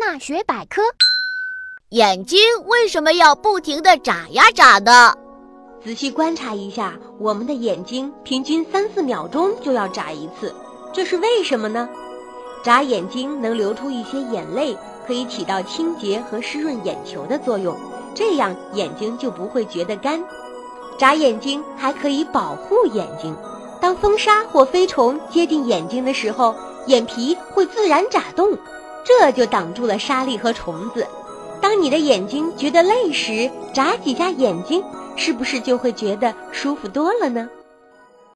大学百科。 眼睛为什么要不停地眨呀眨的？ 仔细观察一下，我们的眼睛平均3-4秒钟就要眨一次，这是为什么呢？眨眼睛能流出一些眼泪，可以起到清洁和湿润眼球的作用，这样眼睛就不会觉得干。眨眼睛还可以保护眼睛，当风沙或飞虫接近眼睛的时候，眼皮会自然眨动，这就挡住了沙粒和虫子。当你的眼睛觉得累时，眨几下眼睛，是不是就会觉得舒服多了呢？